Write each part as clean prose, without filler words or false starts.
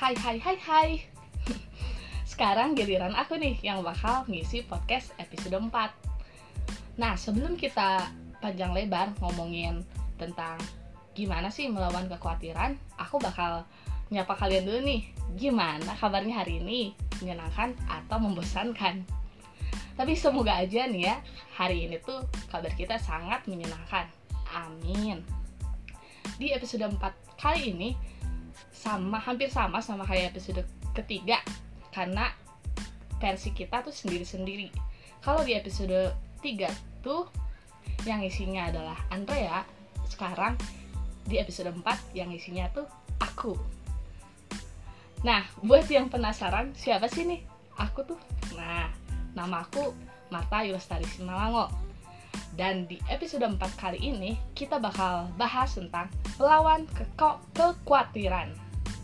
Hai. Sekarang giliran aku nih yang bakal ngisi podcast episode 4. Nah, sebelum kita panjang lebar ngomongin tentang gimana sih melawan kekhawatiran, aku bakal nyapa kalian dulu nih. Gimana kabarnya hari ini? Menyenangkan atau membosankan? Tapi semoga aja nih ya, hari ini tuh kabar kita sangat menyenangkan. Amin. Di episode 4 kali ini hampir sama kayak episode ketiga, karena versi kita tuh sendiri-sendiri. Kalau di episode 3 tuh yang isinya adalah Andrea, sekarang di episode 4 yang isinya tuh aku. Nah, buat yang penasaran siapa sih nih aku tuh? Nah, nama aku Marta Yulestari Simalango. Dan di episode 4 kali ini kita bakal bahas tentang melawan kekhawatiran.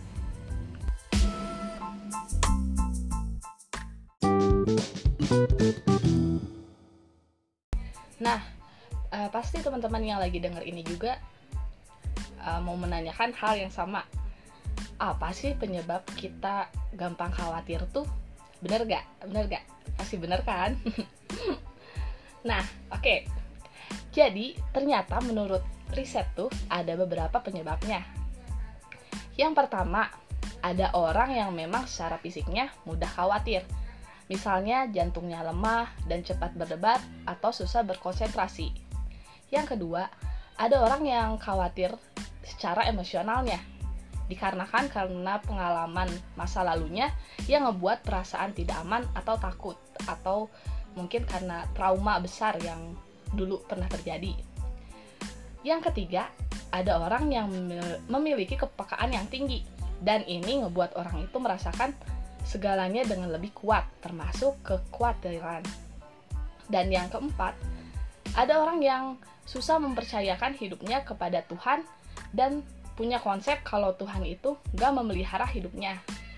Nah, pasti teman-teman yang lagi denger ini juga mau menanyakan hal yang sama. Apa sih penyebab kita gampang khawatir tuh? Bener gak? Pasti bener kan? Nah, oke. Jadi, ternyata menurut riset tuh ada beberapa penyebabnya. Yang pertama, ada orang yang memang secara fisiknya mudah khawatir. Misalnya jantungnya lemah dan cepat berdebar atau susah berkonsentrasi. Yang kedua, ada orang yang khawatir secara emosionalnya, dikarenakan karena pengalaman masa lalunya yang ngebuat perasaan tidak aman atau takut, atau mungkin karena trauma besar yang dulu pernah terjadi. Yang ketiga, ada orang yang memiliki kepekaan yang tinggi, dan ini ngebuat orang itu merasakan segalanya dengan lebih kuat, termasuk kekhawatiran. Dan yang keempat, ada orang yang susah mempercayakan hidupnya kepada Tuhan dan punya konsep kalau Tuhan itu gak memelihara hidupnya.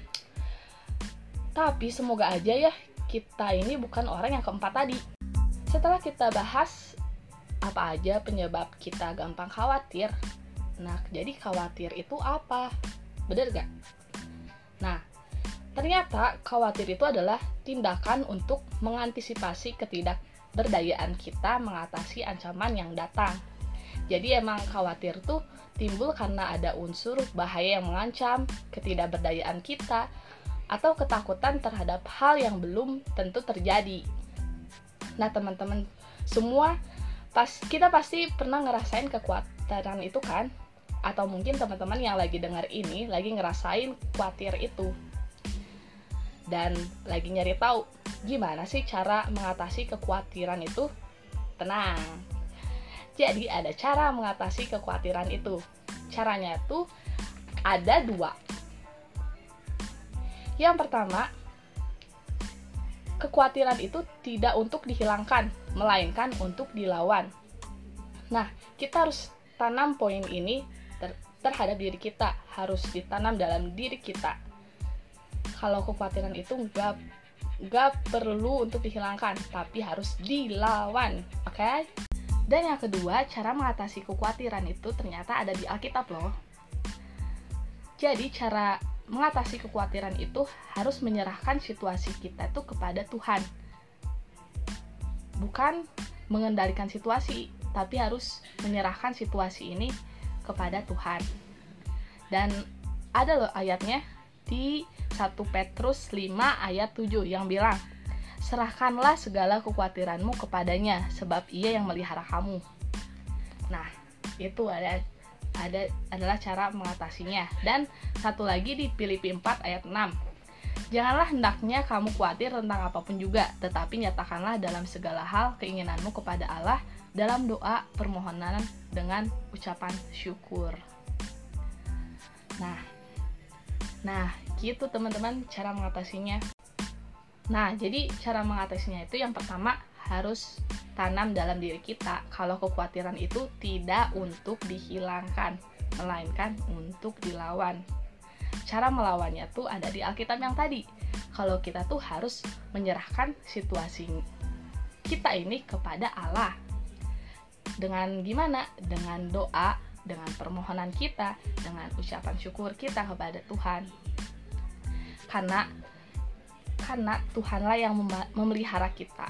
Tapi semoga aja ya kita ini bukan orang yang keempat tadi. Setelah kita bahas apa aja penyebab kita gampang khawatir, nah jadi khawatir itu apa? Bener gak? Nah, ternyata khawatir itu adalah tindakan untuk mengantisipasi ketidakberdayaan kita mengatasi ancaman yang datang. Jadi emang khawatir tuh timbul karena ada unsur bahaya yang mengancam ketidakberdayaan kita atau ketakutan terhadap hal yang belum tentu terjadi. Nah, teman-teman semua, kita pasti pernah ngerasain kekhawatiran itu kan? Atau mungkin teman-teman yang lagi dengar ini lagi ngerasain khawatir itu. Dan lagi nyari tahu gimana sih cara mengatasi kekhawatiran itu? Tenang. Jadi ada cara mengatasi kekhawatiran itu. Caranya tuh ada 2. Yang pertama, kekhawatiran itu tidak untuk dihilangkan, melainkan untuk dilawan. Nah, kita harus tanam poin ini terhadap diri kita, harus ditanam dalam diri kita. Kalau kekhawatiran itu nggak perlu untuk dihilangkan, tapi harus dilawan, oke? Dan yang kedua, cara mengatasi kekhawatiran itu ternyata ada di Alkitab loh. Jadi cara mengatasi kekhawatiran itu harus menyerahkan situasi kita tuh kepada Tuhan. Bukan mengendalikan situasi, tapi harus menyerahkan situasi ini kepada Tuhan. Dan ada loh ayatnya di 1 Petrus 5 ayat 7 yang bilang, serahkanlah segala kekhawatiranmu kepadanya, sebab ia yang melihara kamu. Nah, itu adalah cara mengatasinya. Dan satu lagi di Filipi 4 ayat 6. Janganlah hendaknya kamu khawatir tentang apapun juga, tetapi nyatakanlah dalam segala hal keinginanmu kepada Allah dalam doa permohonan dengan ucapan syukur. Nah, gitu teman-teman cara mengatasinya. Nah, jadi cara mengatasinya itu yang pertama harus tanam dalam diri kita kalau kekhawatiran itu tidak untuk dihilangkan, melainkan untuk dilawan. Cara melawannya tuh ada di Alkitab yang tadi. Kalau kita tuh harus menyerahkan situasi kita ini kepada Allah. Dengan gimana? Dengan doa, dengan permohonan kita, dengan ucapan syukur kita kepada Tuhan. karena Tuhanlah yang memelihara kita.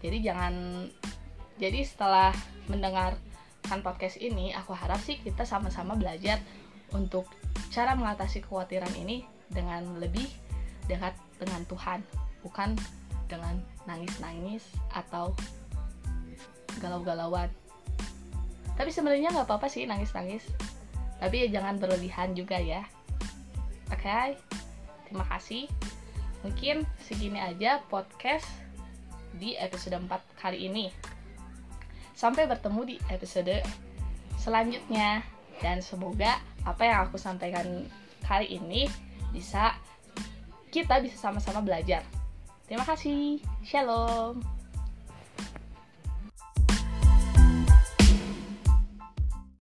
Jadi setelah mendengarkan podcast ini, aku harap sih kita sama-sama belajar untuk cara mengatasi kekhawatiran ini dengan lebih dekat dengan Tuhan, bukan dengan nangis-nangis atau galau-galauan. Tapi sebenarnya nggak apa-apa sih nangis-nangis, tapi ya jangan berlebihan juga ya. Oke, terima kasih. Mungkin segini aja podcast di episode 4 kali ini. Sampai bertemu di episode selanjutnya. Dan semoga apa yang aku sampaikan kali ini kita bisa sama-sama belajar. Terima kasih. Shalom.